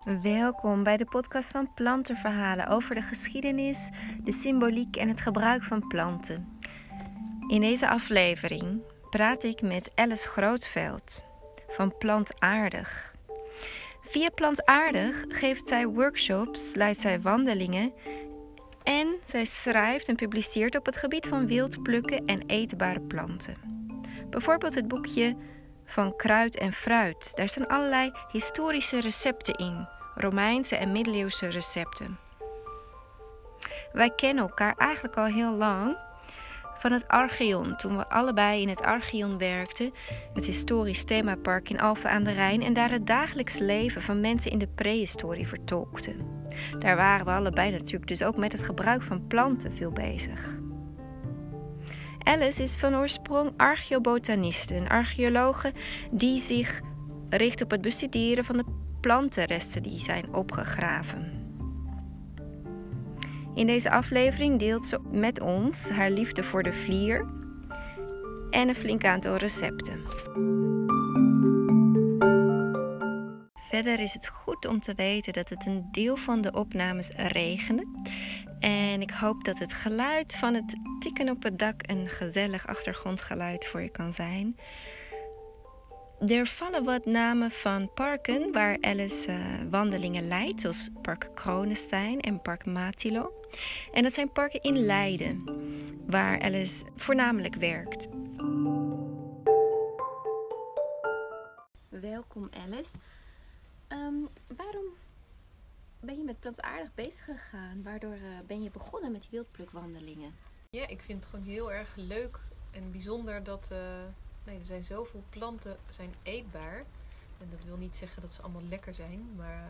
Welkom bij de podcast van Plantenverhalen over de geschiedenis, de symboliek en het gebruik van planten. In deze aflevering praat ik met Alice Grootveld van Plantaardig. Via Plantaardig geeft zij workshops, leidt zij wandelingen en zij schrijft en publiceert op het gebied van wild plukken en eetbare planten. Bijvoorbeeld het boekje Van Kruid en Fruit. Daar staan allerlei historische recepten in. Romeinse en middeleeuwse recepten. Wij kennen elkaar eigenlijk al heel lang van het Archeon, toen we allebei in het Archeon werkten, het historisch themapark in Alphen aan de Rijn, en daar het dagelijks leven van mensen in de prehistorie vertolkten. Daar waren we allebei natuurlijk dus ook met het gebruik van planten veel bezig. Alice is van oorsprong archeobotaniste, een archeologe die zich richt op het bestuderen van de plantenresten die zijn opgegraven. In deze aflevering deelt ze met ons haar liefde voor de vlier en een flink aantal recepten. Verder is het goed om te weten dat het een deel van de opnames regende. En ik hoop dat het geluid van het tikken op het dak een gezellig achtergrondgeluid voor je kan zijn. Er vallen wat namen van parken waar Alice wandelingen leidt, zoals Park Kronestein en Park Matilo. En dat zijn parken in Leiden, waar Alice voornamelijk werkt. Welkom Alice. Waarom ben je met Plantaardig bezig gegaan? Waardoor ben je begonnen met die wildplukwandelingen? Ja, ik vind het gewoon heel erg leuk en bijzonder dat er zijn zoveel planten zijn eetbaar. En dat wil niet zeggen dat ze allemaal lekker zijn, maar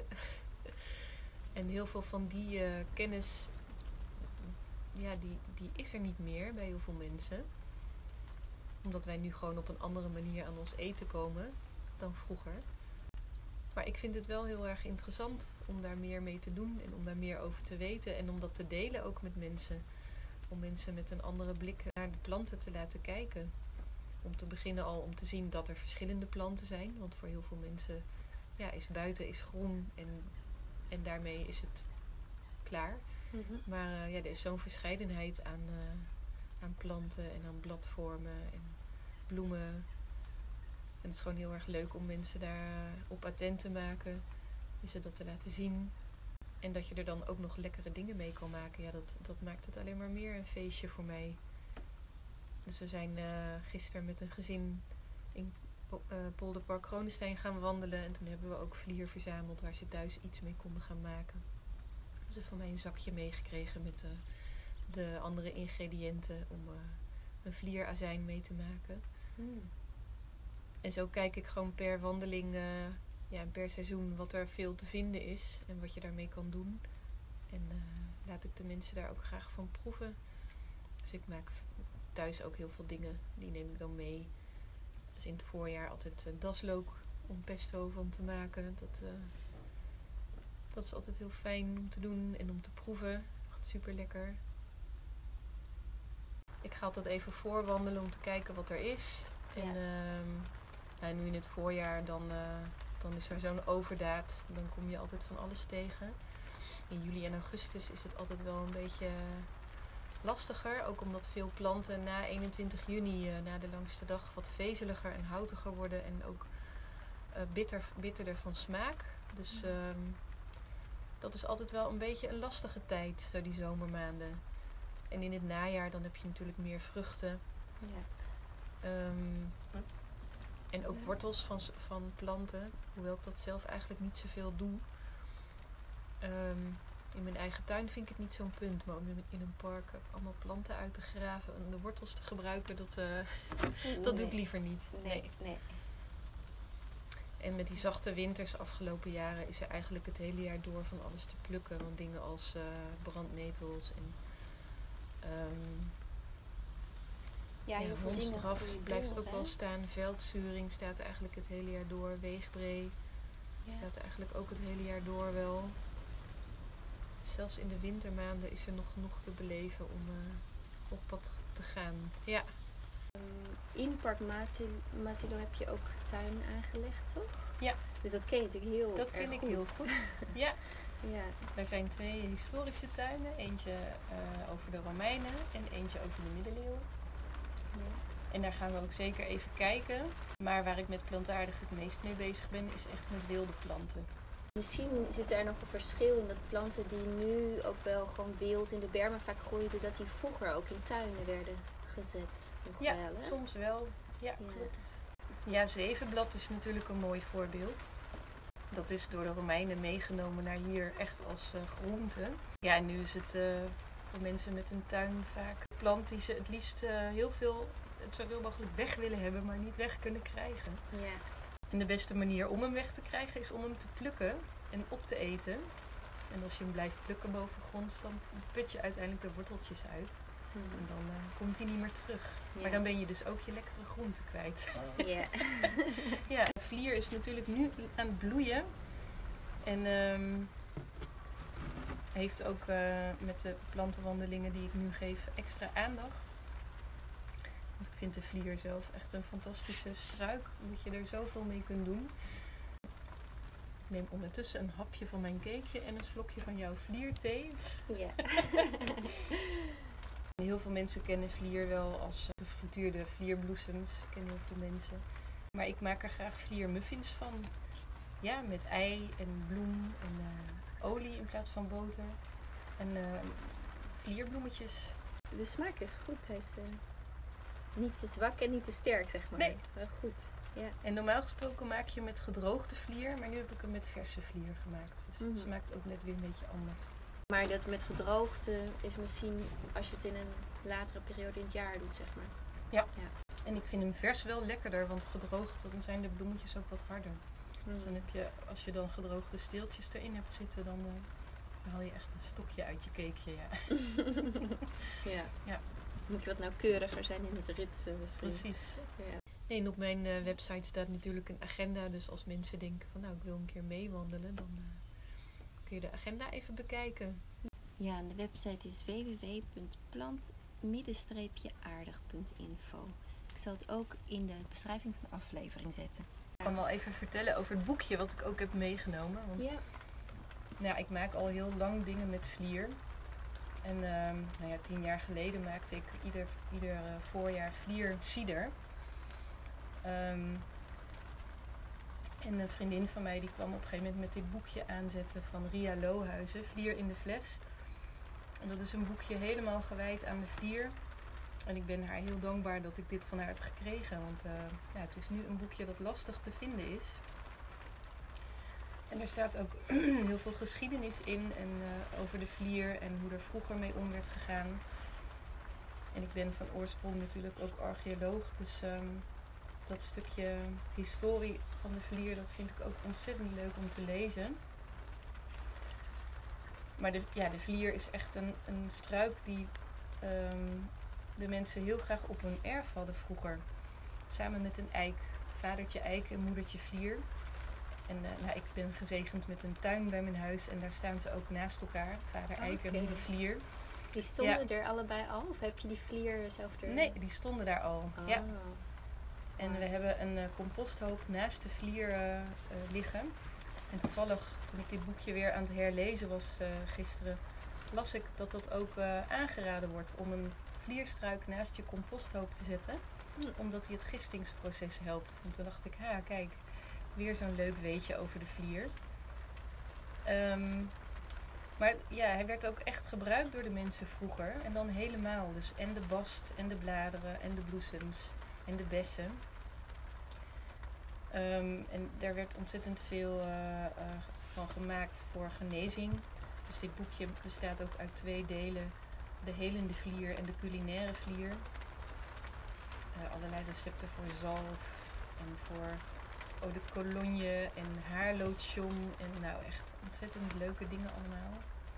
en heel veel van die kennis, ja, die is er niet meer bij heel veel mensen. Omdat wij nu gewoon op een andere manier aan ons eten komen dan vroeger. Maar ik vind het wel heel erg interessant om daar meer mee te doen en om daar meer over te weten en om dat te delen ook met mensen. Om mensen met een andere blik naar de planten te laten kijken. Om te beginnen al om te zien dat er verschillende planten zijn. Want voor heel veel mensen is buiten is groen en daarmee is het klaar. Mm-hmm. Maar er is zo'n verscheidenheid aan planten en aan bladvormen en bloemen. En het is gewoon heel erg leuk om mensen daar op attent te maken. En ze dat te laten zien. En dat je er dan ook nog lekkere dingen mee kan maken. Ja, dat maakt het alleen maar meer een feestje voor mij. Dus we zijn gisteren met een gezin in Polderpark Kronestein gaan wandelen. En toen hebben we ook vlier verzameld waar ze thuis iets mee konden gaan maken. Ze hebben van mij een zakje meegekregen met de andere ingrediënten om een vlierazijn mee te maken. En zo kijk ik gewoon per wandeling per seizoen wat er veel te vinden is en wat je daarmee kan doen. En laat ik de mensen daar ook graag van proeven. Dus ik maak thuis ook heel veel dingen, die neem ik dan mee. Dus in het voorjaar altijd daslook om pesto van te maken. Dat is altijd heel fijn om te doen en om te proeven. Echt super lekker. Ik ga altijd even voorwandelen om te kijken wat er is. Ja. En nu in het voorjaar dan is er zo'n overdaad. Dan kom je altijd van alles tegen. In juli en augustus is het altijd wel een beetje lastiger. Ook omdat veel planten na 21 juni, na de langste dag, wat vezeliger en houtiger worden. En ook bitterder van smaak. Dus dat is altijd wel een beetje een lastige tijd, zo die zomermaanden. En in het najaar dan heb je natuurlijk meer vruchten. Ja. En ook wortels van planten. Hoewel ik dat zelf eigenlijk niet zoveel doe. In mijn eigen tuin vind ik het niet zo'n punt. Maar om in een park allemaal planten uit te graven en de wortels te gebruiken, dat doe ik liever niet. Nee. En met die zachte winters afgelopen jaren is er eigenlijk het hele jaar door van alles te plukken. Want dingen als brandnetels en monsterhaf blijft ook wel staan. Veldzuring staat eigenlijk het hele jaar door. Weegbree staat eigenlijk ook het hele jaar door wel. Zelfs in de wintermaanden is er nog genoeg te beleven om op pad te gaan. Ja. In Park Matilo heb je ook tuin aangelegd, toch? Ja. Dus dat ken je natuurlijk heel erg goed. Dat ken ik heel goed. Ja. Ja. Er zijn 2 historische tuinen. Eentje over de Romeinen en eentje over de middeleeuwen. Ja. En daar gaan we ook zeker even kijken. Maar waar ik met plantaardig het meest mee bezig ben, is echt met wilde planten. Misschien zit er nog een verschil in dat planten die nu ook wel gewoon wild in de bermen vaak groeiden, dat die vroeger ook in tuinen werden gezet. Nog Ja, wel, hè? soms wel. Ja, Ja. klopt. Ja, zevenblad is natuurlijk een mooi voorbeeld. Dat is door de Romeinen meegenomen naar hier echt als groente. Ja, en nu is het voor mensen met een tuin vaak een plant die ze het liefst het zoveel mogelijk weg willen hebben, maar niet weg kunnen krijgen. Ja. En de beste manier om hem weg te krijgen is om hem te plukken en op te eten. En als je hem blijft plukken bovengronds, dan put je uiteindelijk de worteltjes uit. En dan komt hij niet meer terug. Ja. Maar dan ben je dus ook je lekkere groente kwijt. Ja. Ja, de vlier is natuurlijk nu aan het bloeien. En heeft ook met de plantenwandelingen die ik nu geef extra aandacht. Want ik vind de vlier zelf echt een fantastische struik. Omdat je er zoveel mee kunt doen. Ik neem ondertussen een hapje van mijn cakeje en een slokje van jouw vlierthee. Ja. Heel veel mensen kennen vlier wel als gefrituurde vlierbloesems. Kennen heel veel mensen. Maar ik maak er graag vliermuffins van. Ja, met ei en bloem en olie in plaats van boter. En vlierbloemetjes. De smaak is goed. Hij is niet te zwak en niet te sterk, zeg maar. Nee. Wel goed. Ja. En normaal gesproken maak je met gedroogde vlier. Maar nu heb ik hem met verse vlier gemaakt. Dus het smaakt ook net weer een beetje anders. Maar dat met gedroogde is misschien als je het in een latere periode in het jaar doet, zeg maar. Ja. En ik vind hem vers wel lekkerder. Want gedroogd, dan zijn de bloemetjes ook wat harder. Dus dan heb je, als je dan gedroogde steeltjes erin hebt zitten, dan haal je echt een stokje uit je cakeje. Ja. Ja. Moet je wat nauwkeuriger zijn in het ritsen misschien. Precies. Ja. En op mijn website staat natuurlijk een agenda. Dus als mensen denken van nou, ik wil een keer meewandelen, dan kun je de agenda even bekijken. Ja, en de website is www.plant-aardig.info. Ik zal het ook in de beschrijving van de aflevering zetten. Ik kan wel even vertellen over het boekje wat ik ook heb meegenomen. Want, nou, ik maak al heel lang dingen met vlier. En 10 jaar geleden maakte ik ieder voorjaar vliercider. En een vriendin van mij die kwam op een gegeven moment met dit boekje aanzetten van Ria Lohuizen, Vlier in de fles. En dat is een boekje helemaal gewijd aan de vlier. En ik ben haar heel dankbaar dat ik dit van haar heb gekregen. Want het is nu een boekje dat lastig te vinden is. En er staat ook heel veel geschiedenis in en, over de vlier en hoe er vroeger mee om werd gegaan. En ik ben van oorsprong natuurlijk ook archeoloog. Dus dat stukje historie van de vlier, dat vind ik ook ontzettend leuk om te lezen. Maar de vlier is echt een struik die de mensen heel graag op hun erf hadden vroeger. Samen met een eik. Vadertje eik en moedertje vlier. En ik ben gezegend met een tuin bij mijn huis en daar staan ze ook naast elkaar. Vader eik en moeder vlier. Die stonden er allebei al? Of heb je die vlier zelf er? Nee, die stonden daar al. Oh. Ja. En we hebben een composthoop naast de vlier liggen. En toevallig, toen ik dit boekje weer aan het herlezen was gisteren, las ik dat dat ook aangeraden wordt om een vlierstruik naast je composthoop te zetten. Omdat hij het gistingsproces helpt. En toen dacht ik, kijk, weer zo'n leuk weetje over de vlier. Maar ja, hij werd ook echt gebruikt door de mensen vroeger. En dan helemaal. Dus en de bast en de bladeren en de bloesems en de bessen. En daar werd ontzettend veel van gemaakt voor genezing. Dus dit boekje bestaat ook uit 2 delen. De helende vlier en de culinaire vlier. Allerlei recepten voor zalf en voor eau de cologne en haarlotion. En nou echt ontzettend leuke dingen allemaal.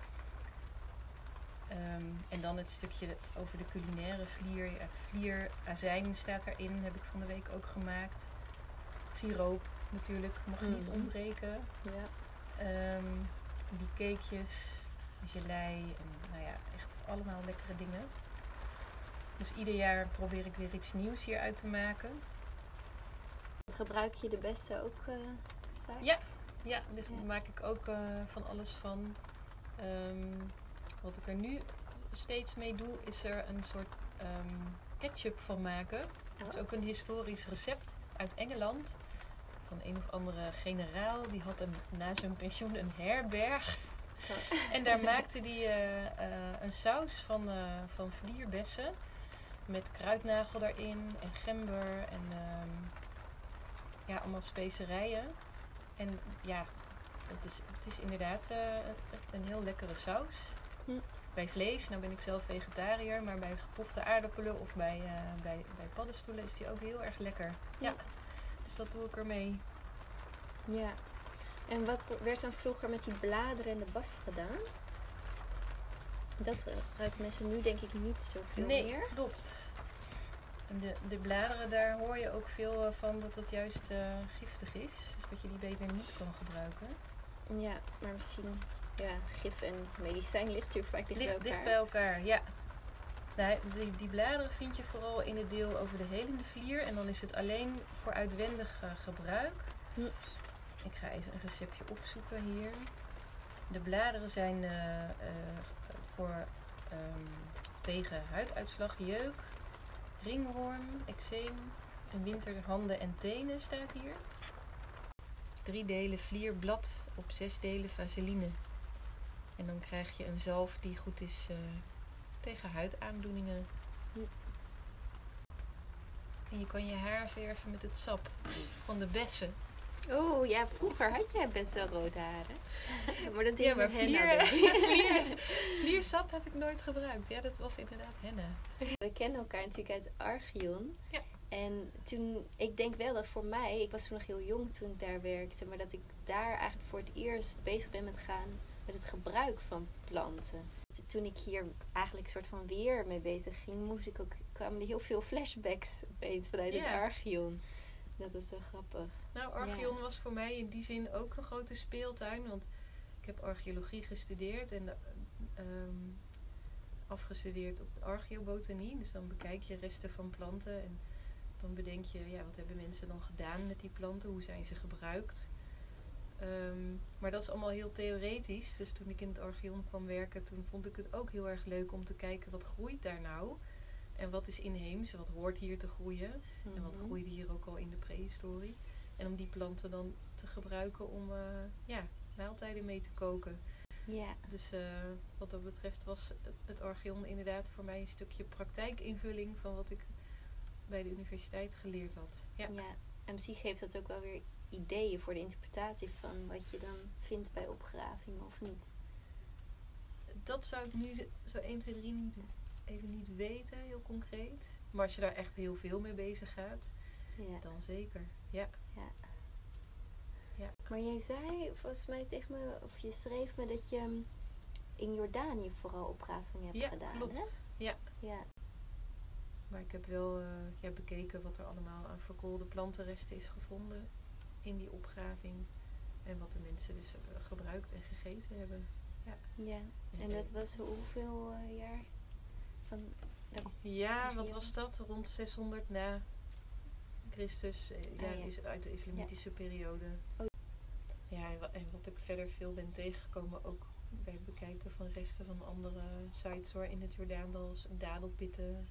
En dan het stukje over de culinaire vlier. Ja, vlierazijn staat erin, heb ik van de week ook gemaakt. Siroop natuurlijk, mag niet ontbreken. Ja. Die cakejes, gelei en echt allemaal lekkere dingen. Dus ieder jaar probeer ik weer iets nieuws hieruit te maken. Wat gebruik je de beste ook vaak? Ja, daar maak ik ook van alles van. Wat ik er nu steeds mee doe, is er een soort ketchup van maken. Dat is ook een historisch recept uit Engeland. Van een of andere generaal. Die had na zijn pensioen een herberg. En daar maakte hij een saus van vlierbessen. Met kruidnagel erin en gember en allemaal specerijen. En ja, het is inderdaad een heel lekkere saus. Bij vlees, nou ben ik zelf vegetariër, maar bij gepofte aardappelen of bij paddenstoelen is die ook heel erg lekker. Ja, dus dat doe ik ermee. Ja. En wat werd dan vroeger met die bladeren en de bast gedaan? Dat gebruiken mensen nu denk ik niet zoveel meer. Nee, klopt. En de bladeren, daar hoor je ook veel van dat het juist giftig is. Dus dat je die beter niet kan gebruiken. Ja, maar misschien, gif en medicijn ligt natuurlijk vaak dicht bij elkaar. Ja. Die bladeren vind je vooral in het deel over de helende vlier. En dan is het alleen voor uitwendig gebruik. Ik ga even een receptje opzoeken hier. De bladeren zijn tegen huiduitslag, jeuk, ringworm, eczeem en winterhanden en tenen staat hier. 3 delen vlierblad op 6 delen vaseline. En dan krijg je een zalf die goed is tegen huidaandoeningen. En je kan je haar verven met het sap van de bessen. Oh ja, vroeger had jij best wel rood haren. Maar dat deed je met henna. Vliersap heb ik nooit gebruikt. Ja, dat was inderdaad henna. We kennen elkaar natuurlijk uit Archeon. Ja. En toen, ik denk wel dat voor mij, ik was toen nog heel jong toen ik daar werkte, maar dat ik daar eigenlijk voor het eerst bezig ben met het gebruik van planten. Toen ik hier eigenlijk een soort van weer mee bezig ging, kwamen er heel veel flashbacks opeens vanuit het Archeon. Dat is zo grappig. Nou, Archeon was voor mij in die zin ook een grote speeltuin. Want ik heb archeologie gestudeerd en afgestudeerd op archeobotanie. Dus dan bekijk je resten van planten en dan bedenk je, wat hebben mensen dan gedaan met die planten? Hoe zijn ze gebruikt? Maar dat is allemaal heel theoretisch. Dus toen ik in het Archeon kwam werken, toen vond ik het ook heel erg leuk om te kijken wat groeit daar nou? En wat is inheems? Wat hoort hier te groeien? En wat groeide hier ook al in de prehistorie? En om die planten dan te gebruiken om maaltijden mee te koken. Ja. Dus wat dat betreft was het Archeon inderdaad voor mij een stukje praktijkinvulling van wat ik bij de universiteit geleerd had. Ja. En misschien geeft dat ook wel weer ideeën voor de interpretatie van wat je dan vindt bij opgravingen of niet. Dat zou ik nu zo 1, 2, 3 even niet weten, heel concreet. Maar als je daar echt heel veel mee bezig gaat, dan zeker. Ja. Maar jij zei volgens mij tegen me, of je schreef me dat je in Jordanië vooral opgravingen hebt gedaan. Ja, klopt. Hè? Ja. Maar ik heb wel bekeken wat er allemaal aan verkoolde plantenresten is gevonden in die opgraving. En wat de mensen dus gebruikt en gegeten hebben. Ja. En dat was hoeveel jaar? Wat was dat? Rond 600 na Christus. Is uit de islamitische periode. Oh. Ja, en wat ik verder veel ben tegengekomen, ook bij het bekijken van resten van andere sites hoor, in het Jordaandal, dadelpitten,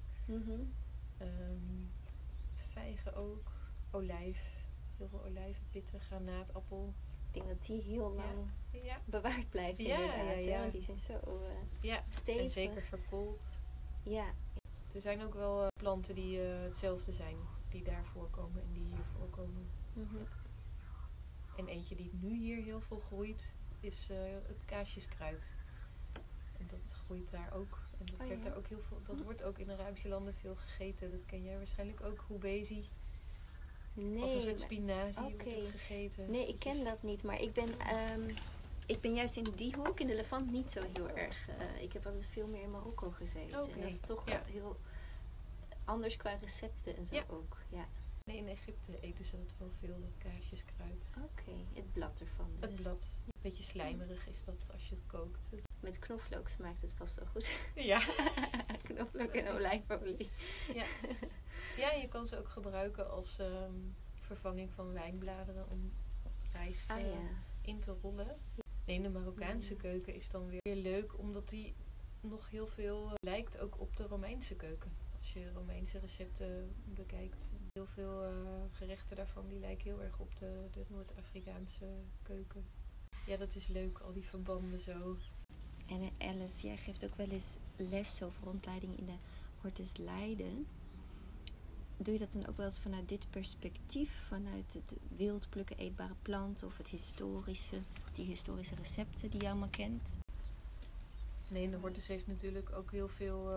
vijgen ook, heel veel olijvenpitten, granaatappel. Ik denk dat die heel lang bewaard blijven inderdaad. Ja. Want die zijn zo stevig. En zeker verkoold. Ja. Er zijn ook wel planten die hetzelfde zijn, die daar voorkomen en die hier voorkomen. Ja. En eentje die nu hier heel veel groeit, is het kaasjeskruid. En dat groeit daar ook. En dat werd daar ook heel veel. Dat wordt ook in Arabische landen veel gegeten. Dat ken jij waarschijnlijk ook, houbezi. Nee. Als een soort spinazie wordt het gegeten. Nee, ik ken dat niet. Maar ik ben juist in die hoek, in de Levant, niet zo heel erg. Ik heb altijd veel meer in Marokko gezeten. En dat is toch heel anders qua recepten en zo ook. Ja. Nee, in Egypte eten ze dat wel veel, dat kaasjeskruid. Oké, het blad ervan dus. Het blad. Een beetje slijmerig is dat als je het kookt. met knoflook smaakt het vast wel goed. Ja. Knoflook Precies. en olijfolie. Ja, je kan ze ook gebruiken als vervanging van wijnbladeren om rijst in te rollen. Nee, de Marokkaanse keuken is dan weer leuk, omdat die nog heel veel lijkt ook op de Romeinse keuken. Als je Romeinse recepten bekijkt, heel veel gerechten daarvan die lijken heel erg op de Noord-Afrikaanse keuken. Ja, dat is leuk, al die verbanden zo. En Alice, jij geeft ook wel eens les over rondleiding in de Hortus Leiden. Doe je dat dan ook wel eens vanuit dit perspectief? Vanuit het wild plukken eetbare planten of die historische recepten die je allemaal kent? Nee, de Hortus heeft natuurlijk ook heel veel,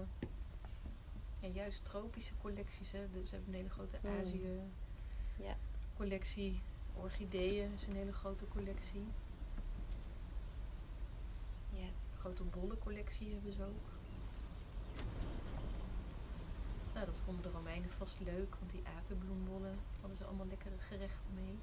juist tropische collecties. Hè. Dus ze hebben een hele grote Azië-collectie. Orchideeën is een hele grote collectie. Ja. Een grote bollencollectie hebben ze ook. Nou, dat vonden de Romeinen vast leuk, want die aten bloembollen. Hadden ze allemaal lekkere gerechten mee.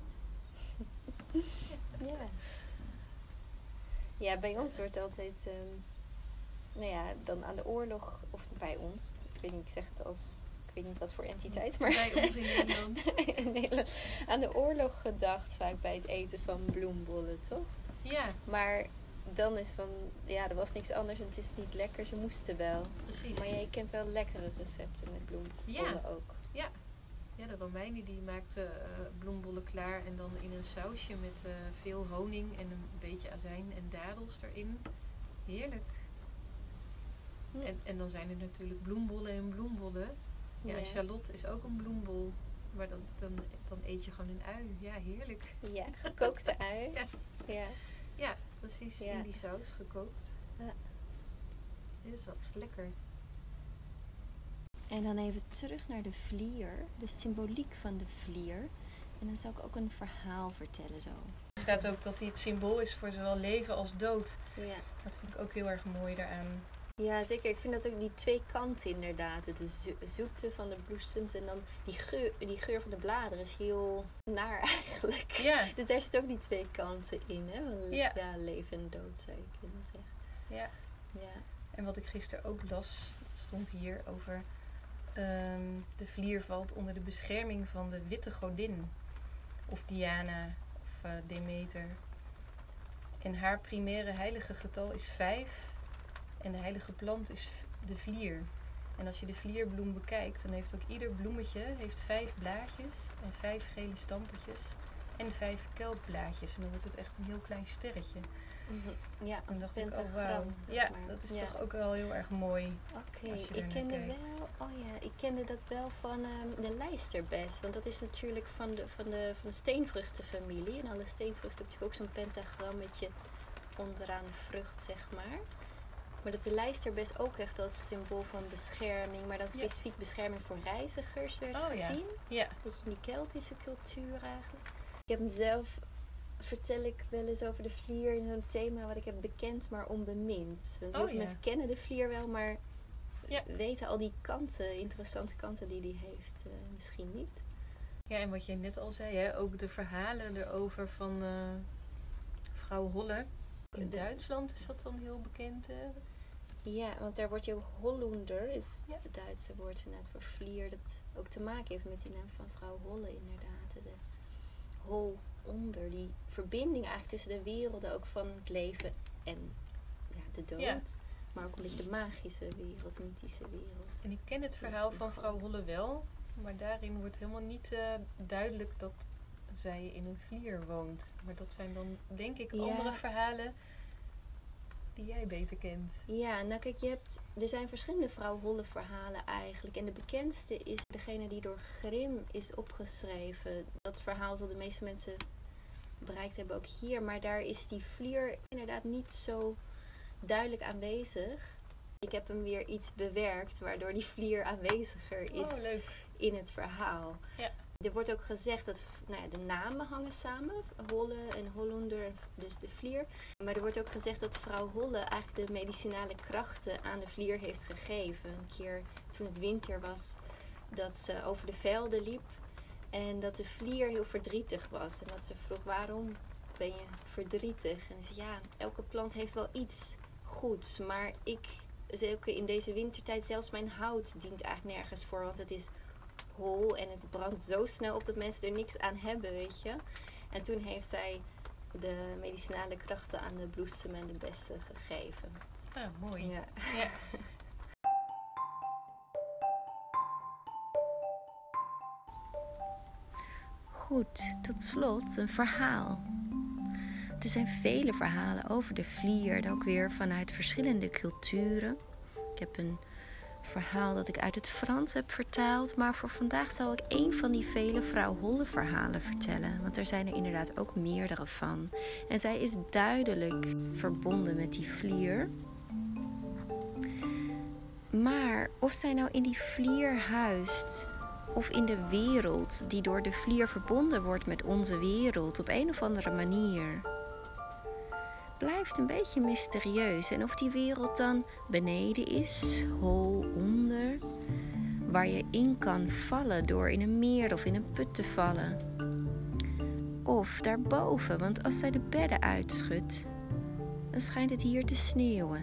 Ja, bij ons wordt altijd, dan aan de oorlog, of bij ons, ik weet niet, ik zeg het als, ik weet niet wat voor entiteit, maar bij ons in Nederland. in Nederland, aan de oorlog gedacht vaak bij het eten van bloembollen, toch? Ja. Maar dan is van, er was niks anders en het is niet lekker, ze moesten wel. Precies. Maar jij kent wel lekkere recepten met bloembollen ook. Ja. Ja, de Romeinen die maakten bloembollen klaar en dan in een sausje met veel honing en een beetje azijn en dadels erin. Heerlijk. En dan zijn er natuurlijk bloembollen en bloembollen. Ja, en Charlotte is ook een bloembol. Maar dan eet je gewoon een ui. Ja, heerlijk. Ja, gekookte ui. Ja, precies. In die saus gekookt. Ja. Dit is wel echt lekker. En dan even terug naar de vlier. De symboliek van de vlier. En dan zou ik ook een verhaal vertellen zo. Er staat ook dat hij het symbool is voor zowel leven als dood. Ja. Dat vind ik ook heel erg mooi daaraan. Ja, zeker. Ik vind dat ook die twee kanten inderdaad. Het zoete van de bloesems en dan die geur van de bladeren is heel naar eigenlijk. Ja. Dus daar zitten ook die twee kanten in. Hè? Van, leven en dood zou je kunnen zeggen. Ja. En wat ik gisteren ook las, dat stond hier over... de vlier valt onder de bescherming van de witte godin. Of Diana of Demeter. En haar primaire heilige getal is 5. En de heilige plant is de vlier. En als je de vlierbloem bekijkt, dan heeft ook ieder bloemetje 5 blaadjes en 5 gele stampertjes en 5 kelkblaadjes. En dan wordt het echt een heel klein sterretje. Ja, dus als pentagram. pentagram. Ja, dat is toch ook wel heel erg mooi. Oké, ik kende dat wel van de lijsterbes. Want dat is natuurlijk van de steenvruchtenfamilie. En alle steenvruchten hebben natuurlijk ook zo'n pentagrammetje onderaan de vrucht, zeg maar. Maar dat de lijsterbes ook echt als symbool van bescherming, maar dan specifiek bescherming voor reizigers werd gezien. Ja. Beetje in die Keltische cultuur eigenlijk. Ik heb mezelf, vertel ik wel eens over de vlier in een thema wat ik heb bekend, maar onbemind. Want heel veel mensen kennen de vlier wel, maar weten al die kanten, interessante kanten die die heeft, misschien niet. Ja, en wat jij net al zei, hè, ook de verhalen erover van vrouw Holle. In Duitsland is dat dan heel bekend. Ja, want daar wordt je Hollunder, is het Duitse woord inderdaad voor vlier, dat ook te maken heeft met die naam van vrouw Holle inderdaad. De Hollunder, die verbinding eigenlijk tussen de werelden ook van het leven en de dood. Ja. Maar ook een beetje de magische wereld, mythische wereld. En ik ken het verhaal van vrouw Holle wel, maar daarin wordt helemaal niet duidelijk dat zij in een vlier woont. Maar dat zijn dan, denk ik, andere verhalen die jij beter kent. Ja, nou kijk, er zijn verschillende vrouw Holle verhalen eigenlijk. En de bekendste is degene die door Grimm is opgeschreven. Dat verhaal zal de meeste mensen bereikt hebben ook hier. Maar daar is die vlier inderdaad niet zo duidelijk aanwezig. Ik heb hem weer iets bewerkt waardoor die vlier aanweziger is in het verhaal. Ja. Er wordt ook gezegd dat de namen hangen samen. Holle en Hollunder, dus de vlier. Maar er wordt ook gezegd dat vrouw Holle eigenlijk de medicinale krachten aan de vlier heeft gegeven. Een keer toen het winter was, dat ze over de velden liep. En dat de vlier heel verdrietig was. En dat ze vroeg, waarom ben je verdrietig? En ze zei, elke plant heeft wel iets goed. Maar zeker in deze wintertijd, zelfs mijn hout dient eigenlijk nergens voor. Want het is hol en het brandt zo snel op dat mensen er niks aan hebben, weet je. En toen heeft zij de medicinale krachten aan de bloesem en de bessen gegeven. Ah, mooi. Ja. Ja. Goed, tot slot een verhaal. Er zijn vele verhalen over de vlier, ook weer vanuit verschillende culturen. Ik heb een verhaal dat ik uit het Frans heb vertaald, maar voor vandaag zal ik één van die vele vrouw Holle verhalen vertellen, want er zijn er inderdaad ook meerdere van. En zij is duidelijk verbonden met die vlier. Maar of zij nou in die vlier huist of in de wereld die door de vlier verbonden wordt met onze wereld op een of andere manier, blijft een beetje mysterieus. En of die wereld dan beneden is, hol onder, waar je in kan vallen door in een meer of in een put te vallen. Of daarboven, want als zij de bedden uitschudt, dan schijnt het hier te sneeuwen.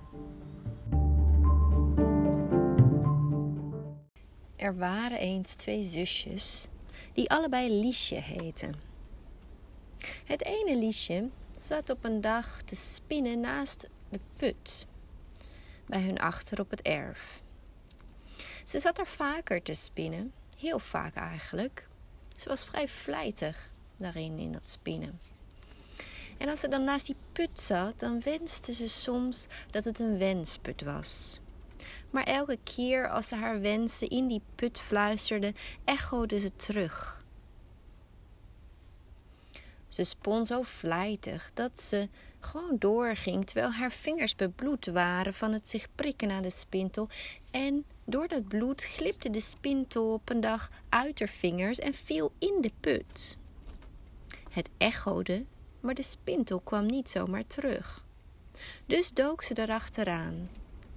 Er waren eens 2 zusjes die allebei Liesje heten. Het ene Liesje zat op een dag te spinnen naast de put, bij hun achter op het erf. Ze zat er vaker te spinnen, heel vaak eigenlijk. Ze was vrij vlijtig daarin, in dat spinnen. En als ze dan naast die put zat, dan wenste ze soms dat het een wensput was. Maar elke keer als ze haar wensen in die put fluisterde, echode ze terug. Ze spon zo vlijtig dat ze gewoon doorging, terwijl haar vingers bebloed waren van het zich prikken aan de spintel. En door dat bloed glipte de spintel op een dag uit haar vingers en viel in de put. Het echode, maar de spintel kwam niet zomaar terug. Dus dook ze erachteraan.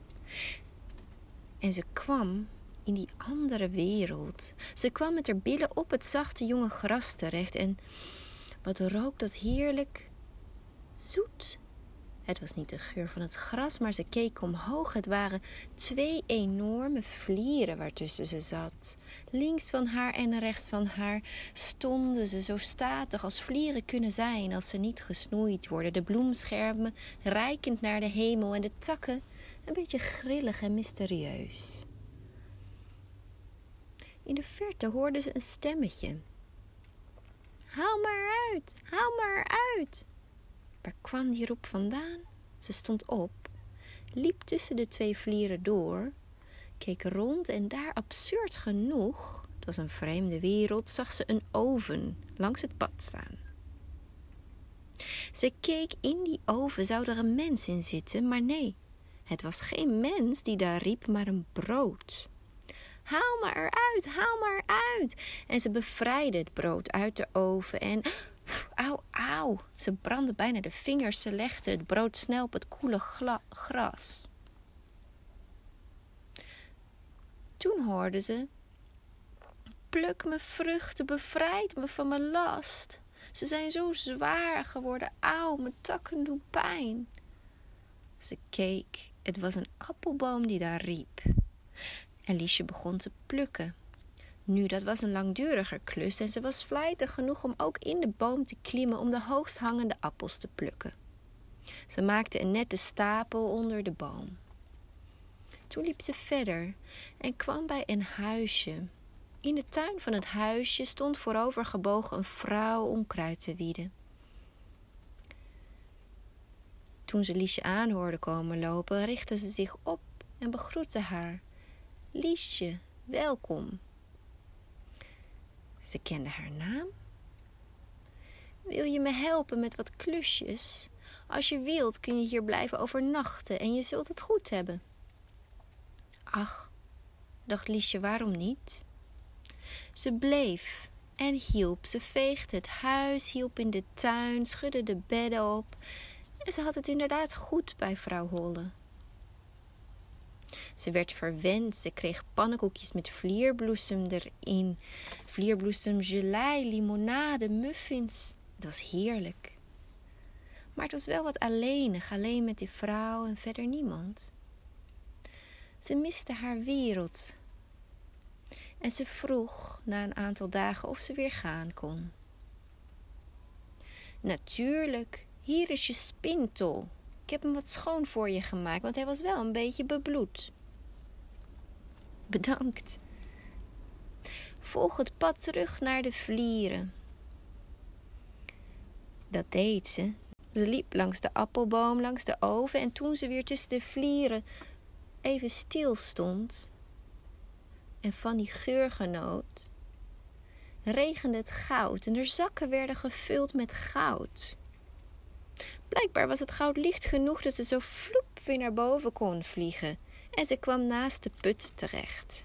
En ze kwam in die andere wereld. Ze kwam met haar billen op het zachte jonge gras terecht. En wat rook dat heerlijk zoet. Het was niet de geur van het gras, maar ze keek omhoog. Het waren 2 enorme vlieren waartussen ze zat. Links van haar en rechts van haar stonden ze zo statig als vlieren kunnen zijn als ze niet gesnoeid worden. De bloemschermen reikend naar de hemel en de takken een beetje grillig en mysterieus. In de verte hoorden ze een stemmetje. Haal maar uit, haal maar uit. Waar kwam die roep vandaan? Ze stond op, liep tussen de 2 vlieren door, keek rond en daar absurd genoeg, het was een vreemde wereld, zag ze een oven langs het pad staan. Ze keek in die oven, zou er een mens in zitten, maar nee, het was geen mens die daar riep, maar een brood. Haal maar eruit, haal maar uit. En ze bevrijdde het brood uit de oven en auw, auw. Ze brandde bijna de vingers. Ze legde het brood snel op het koele gras. Toen hoorde ze: pluk me vruchten, bevrijd me van mijn last. Ze zijn zo zwaar geworden. Auw, mijn takken doen pijn. Ze keek. Het was een appelboom die daar riep. En Liesje begon te plukken. Nu, dat was een langduriger klus en ze was vlijtig genoeg om ook in de boom te klimmen om de hoogst hangende appels te plukken. Ze maakte een nette stapel onder de boom. Toen liep ze verder en kwam bij een huisje. In de tuin van het huisje stond voorovergebogen een vrouw onkruid te wieden. Toen ze Liesje aan hoorde komen lopen, richtte ze zich op en begroette haar. Liesje, welkom. Ze kende haar naam. Wil je me helpen met wat klusjes? Als je wilt kun je hier blijven overnachten en je zult het goed hebben. Ach, dacht Liesje, waarom niet? Ze bleef en hielp. Ze veegde het huis, hielp in de tuin, schudde de bedden op. En ze had het inderdaad goed bij vrouw Holle. Ze werd verwend. Ze kreeg pannenkoekjes met vlierbloesem erin. Vlierbloesem, gelei, limonade, muffins. Het was heerlijk. Maar het was wel wat alleenig, alleen met die vrouw en verder niemand. Ze miste haar wereld. En ze vroeg na een aantal dagen of ze weer gaan kon. Natuurlijk, hier is je spintel. Ik heb hem wat schoon voor je gemaakt, want hij was wel een beetje bebloed. Bedankt. Volg het pad terug naar de vlieren. Dat deed ze. Ze liep langs de appelboom, langs de oven en toen ze weer tussen de vlieren even stil stond en van die geur genoot, regende het goud en haar zakken werden gevuld met goud. Blijkbaar was het goud licht genoeg dat ze zo vloep weer naar boven kon vliegen en ze kwam naast de put terecht.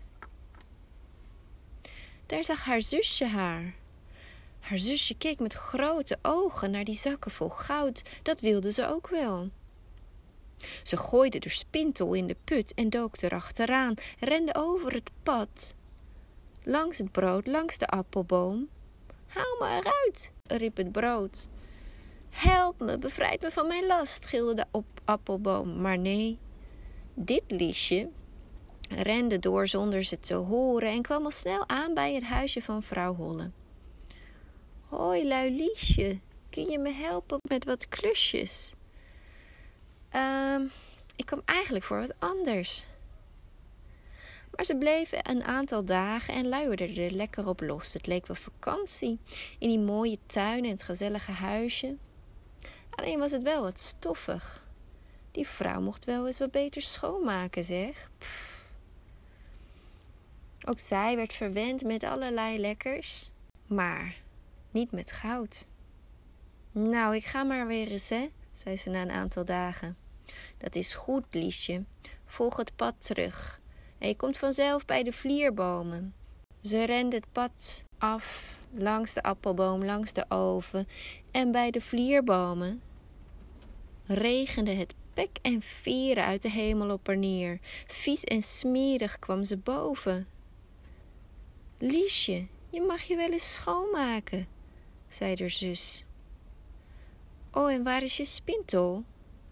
Daar zag haar zusje haar. Haar zusje keek met grote ogen naar die zakken vol goud. Dat wilde ze ook wel. Ze gooide de spintel in de put en dook erachteraan, rende over het pad, langs het brood, langs de appelboom. Haal me eruit, riep het brood. Help me, bevrijd me van mijn last, gilde de appelboom. Maar nee, dit liesje rende door zonder ze te horen en kwam al snel aan bij het huisje van vrouw Holle. Hoi, lui liesje, kun je me helpen met wat klusjes? Ik kwam eigenlijk voor wat anders. Maar ze bleven een aantal dagen en luierden er lekker op los. Het leek wel vakantie in die mooie tuin en het gezellige huisje. Alleen was het wel wat stoffig. Die vrouw mocht wel eens wat beter schoonmaken, zeg. Ook zij werd verwend met allerlei lekkers, maar niet met goud. Nou, ik ga maar weer eens, hè, zei ze na een aantal dagen. Dat is goed, liesje. Volg het pad terug. En je komt vanzelf bij de vlierbomen. Ze rende het pad af, langs de appelboom, langs de oven. En bij de vlierbomen regende het pek en vieren uit de hemel op haar neer. Vies en smerig kwam ze boven. Liesje, je mag je wel eens schoonmaken, zei haar zus. Oh, en waar is je spintel?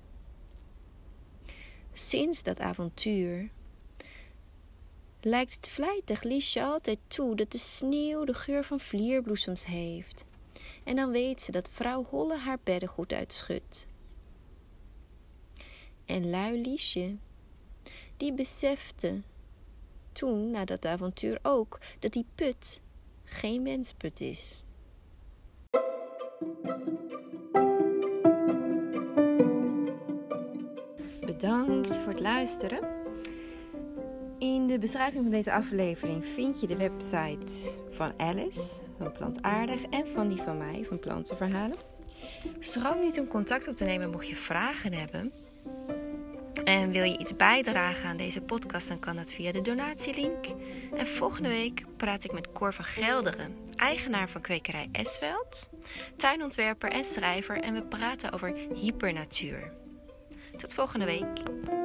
Sinds dat avontuur lijkt het vlijtig Liesje altijd toe dat de sneeuw de geur van vlierbloesems heeft. En dan weet ze dat vrouw Holle haar beddengoed uitschudt. En lui Liesje, die besefte toen, na dat avontuur ook, dat die put geen wensput is. Bedankt voor het luisteren. In de beschrijving van deze aflevering vind je de website van Alice, van Plantaardig, en van die van mij, van Plantenverhalen. Schroom niet om contact op te nemen mocht je vragen hebben. En wil je iets bijdragen aan deze podcast, dan kan dat via de donatielink. En volgende week praat ik met Cor van Gelderen, eigenaar van kwekerij Esveld, tuinontwerper en schrijver. En we praten over hypernatuur. Tot volgende week.